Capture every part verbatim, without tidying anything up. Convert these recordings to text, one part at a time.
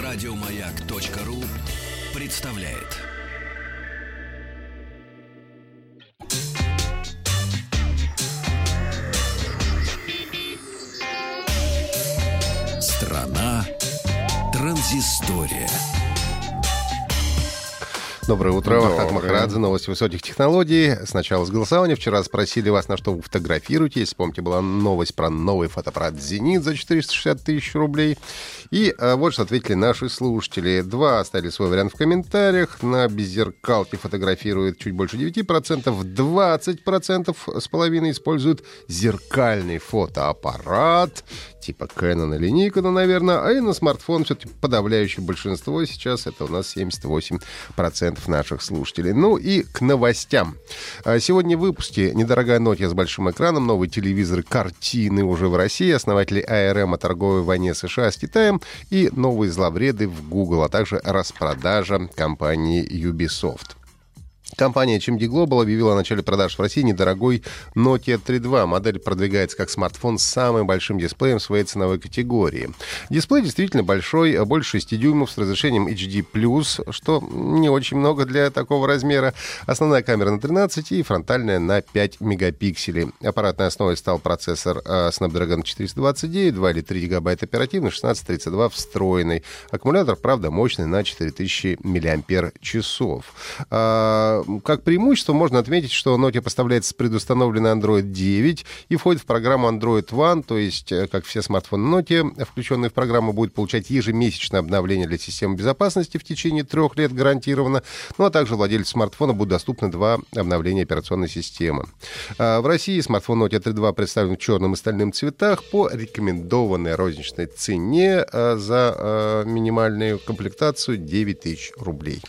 Радиомаяк.ру представляет. Страна транзистория. Доброе утро, Вахтанг Махарадзе, новости высоких технологий. Сначала с голосования. Вчера спросили вас, на что вы фотографируете. Если помните, была новость про новый фотоаппарат «Зенит» за четыреста шестьдесят тысяч рублей. И а, вот что ответили наши слушатели. Два оставили свой вариант в комментариях. На беззеркалке фотографируют чуть больше девять процентов. двадцать процентов с половиной используют зеркальный фотоаппарат. Типа Canon или Nikon, наверное. А и на смартфон все-таки подавляющее большинство сейчас. Это у нас семьдесят восемь процентов наших слушателей. Ну и к новостям. Сегодня в выпуске недорогая Nokia с большим экраном, новые телевизоры, картины уже в России, основатели эй ар эм о торговой войне США с Китаем и новые зловреды в Google, а также распродажа компании Ubisoft. Компания эйч эм ди Global объявила о начале продаж в России недорогой Nokia три два. Модель продвигается как смартфон с самым большим дисплеем в своей ценовой категории. Дисплей действительно большой, больше шести дюймов с разрешением эйч ди плюс, что не очень много для такого размера. Основная камера на тринадцать и фронтальная на пять мегапикселей. Аппаратной основой стал процессор Snapdragon четыреста двадцать девять, два или три гигабайта оперативной, шестнадцать тридцать два встроенный. Аккумулятор, правда, мощный на четыре тысячи миллиампер-часов. Как преимущество можно отметить, что Nokia поставляется с предустановленной Android девять и входит в программу Android One, то есть, как все смартфоны Nokia, включенные в программу, будут получать ежемесячное обновление для системы безопасности в течение трех лет гарантированно, ну а также владельцу смартфона будут доступны два обновления операционной системы. В России смартфон Nokia три два представлен в черном и стальном цветах по рекомендованной розничной цене за минимальную комплектацию девять тысяч рублей.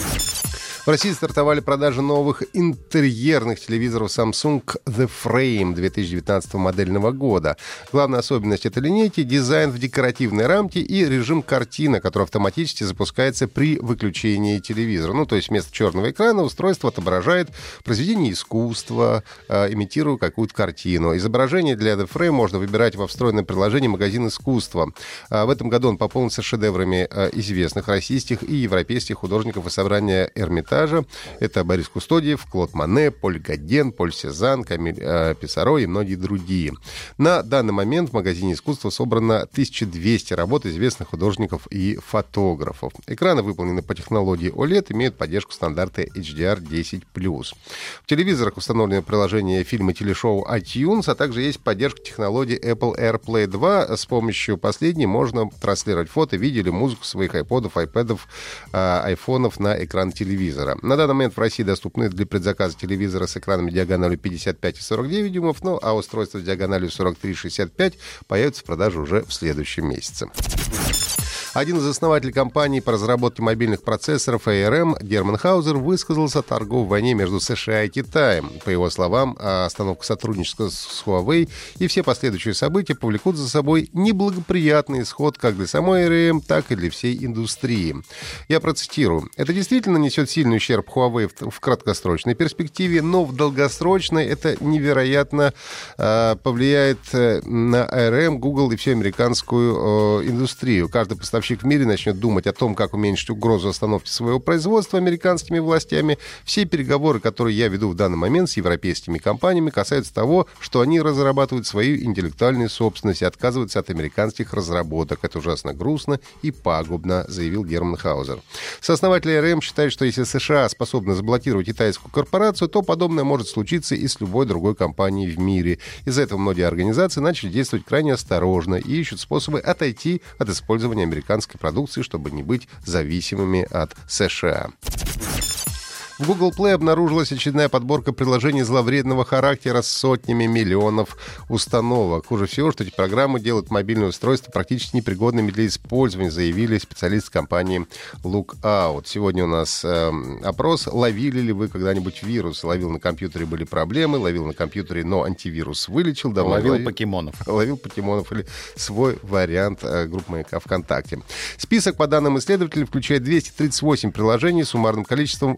В России стартовали продажи новых интерьерных телевизоров Samsung The Frame две тысячи девятнадцатого модельного года. Главная особенность этой линейки — дизайн в декоративной рамке и режим картина, который автоматически запускается при выключении телевизора. Ну, то есть вместо черного экрана устройство отображает произведение искусства, э, имитируя какую-то картину. Изображение для The Frame можно выбирать во встроенном приложении «Магазин искусства». А в этом году он пополнится шедеврами э, известных российских и европейских художников и собрания Эрмитажа. Это Борис Кустодиев, Клод Мане, Поль Гаден, Поль Сезанн, Камиль э, Писаро и многие другие. На данный момент в магазине искусства собрано тысяча двести работ известных художников и фотографов. Экраны выполнены по технологии о лед, имеют поддержку стандарта эйч ди ар десять плюс. В телевизорах установлено приложение фильма и телешоу iTunes, а также есть поддержка технологии Apple AirPlay два. С помощью последней можно транслировать фото, видео или музыку своих айподов, айпэдов, э, айфонов на экран телевизора. На данный момент в России доступны для предзаказа телевизора с экранами диагональю пятьдесят пять и сорок девять дюймов, ну а устройства с диагональю сорок три и шестьдесят пять появятся в продаже уже в следующем месяце. Один из основателей компании по разработке мобильных процессоров эй ар эм, Герман Хаузер, высказался о торговой войне между США и Китаем. По его словам, остановка сотрудничества с Huawei и все последующие события повлекут за собой неблагоприятный исход как для самой эй ар эм, так и для всей индустрии. Я процитирую. «Это действительно несет сильный ущерб Huawei в, в краткосрочной перспективе, но в долгосрочной это невероятно э, повлияет на эй ар эм, Google и всю американскую э, индустрию. Каждый поставщик в мире начнет думать о том, как уменьшить угрозу остановки своего производства американскими властями. Все переговоры, которые я веду в данный момент с европейскими компаниями, касаются того, что они разрабатывают свою интеллектуальную собственность и отказываются от американских разработок. Это ужасно грустно и пагубно», заявил Герман Хаузер. Сооснователь эй ар эм считает, что если США способны заблокировать китайскую корпорацию, то подобное может случиться и с любой другой компанией в мире. Из-за этого многие организации начали действовать крайне осторожно и ищут способы отойти от использования американской продукции, чтобы не быть зависимыми от США. В Google Play обнаружилась очередная подборка приложений зловредного характера с сотнями миллионов установок. Хуже всего, что эти программы делают мобильные устройства практически непригодными для использования, заявили специалисты компании Lookout. Сегодня у нас э, опрос. Ловили ли вы когда-нибудь вирус? Ловил на компьютере, были проблемы. Ловил на компьютере, но антивирус вылечил. Давно ловил, ловил покемонов. Ловил покемонов или свой вариант э, группы «Маяка» ВКонтакте. Список, по данным исследователей, включает двести тридцать восемь приложений с суммарным количеством в четыре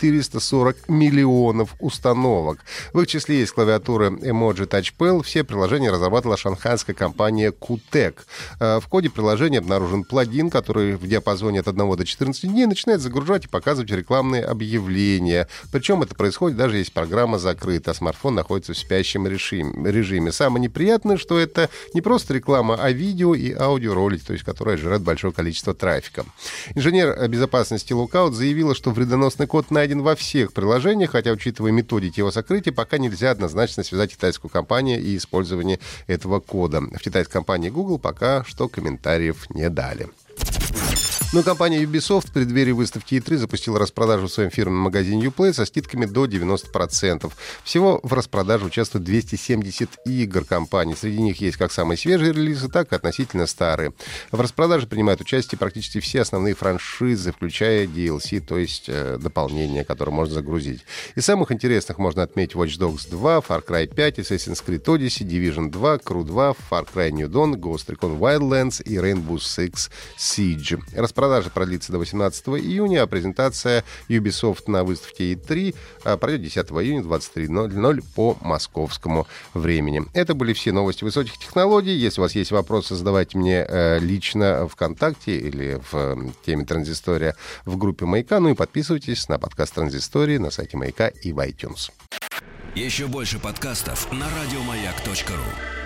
четыреста сорок миллионов установок. В их числе есть клавиатура Emoji TouchPal. Все приложения разрабатывала шанхайская компания Qtech. В коде приложения обнаружен плагин, который в диапазоне от одного до четырнадцати дней начинает загружать и показывать рекламные объявления. Причем это происходит даже если программа закрыта, а смартфон находится в спящем режиме. Самое неприятное, что это не просто реклама, а видео и аудиоролики, то есть которая жрет большое количество трафика. Инженер безопасности Lookout заявила, что вредоносный код найден во всех приложениях, хотя, учитывая методики его сокрытия, пока нельзя однозначно связать китайскую компанию и использование этого кода. В китайской компании Google пока что комментариев не дали. Ну, компания Ubisoft в преддверии выставки и три запустила распродажу в своем фирменном магазине Uplay со скидками до девяносто процентов. Всего в распродаже участвуют двести семьдесят игр компании. Среди них есть как самые свежие релизы, так и относительно старые. В распродаже принимают участие практически все основные франшизы, включая ди эл си, то есть э, дополнения, которые можно загрузить. Из самых интересных можно отметить Watch Dogs два, Far Cry пять, Assassin's Creed Odyssey, Division два, Crew два, Far Cry New Dawn, Ghost Recon Wildlands и Rainbow Six Siege. Распродажа продлится до восемнадцатого июня, а презентация Ubisoft на выставке и три пройдет десятого июня в двадцать три ноль ноль по московскому времени. Это были все новости высоких технологий. Если у вас есть вопросы, задавайте мне э, лично ВКонтакте или в э, теме Транзистория в группе Маяка. Ну и подписывайтесь на подкаст Транзистории на сайте Маяка и в iTunes. Еще больше подкастов на радиомаяк точка ру.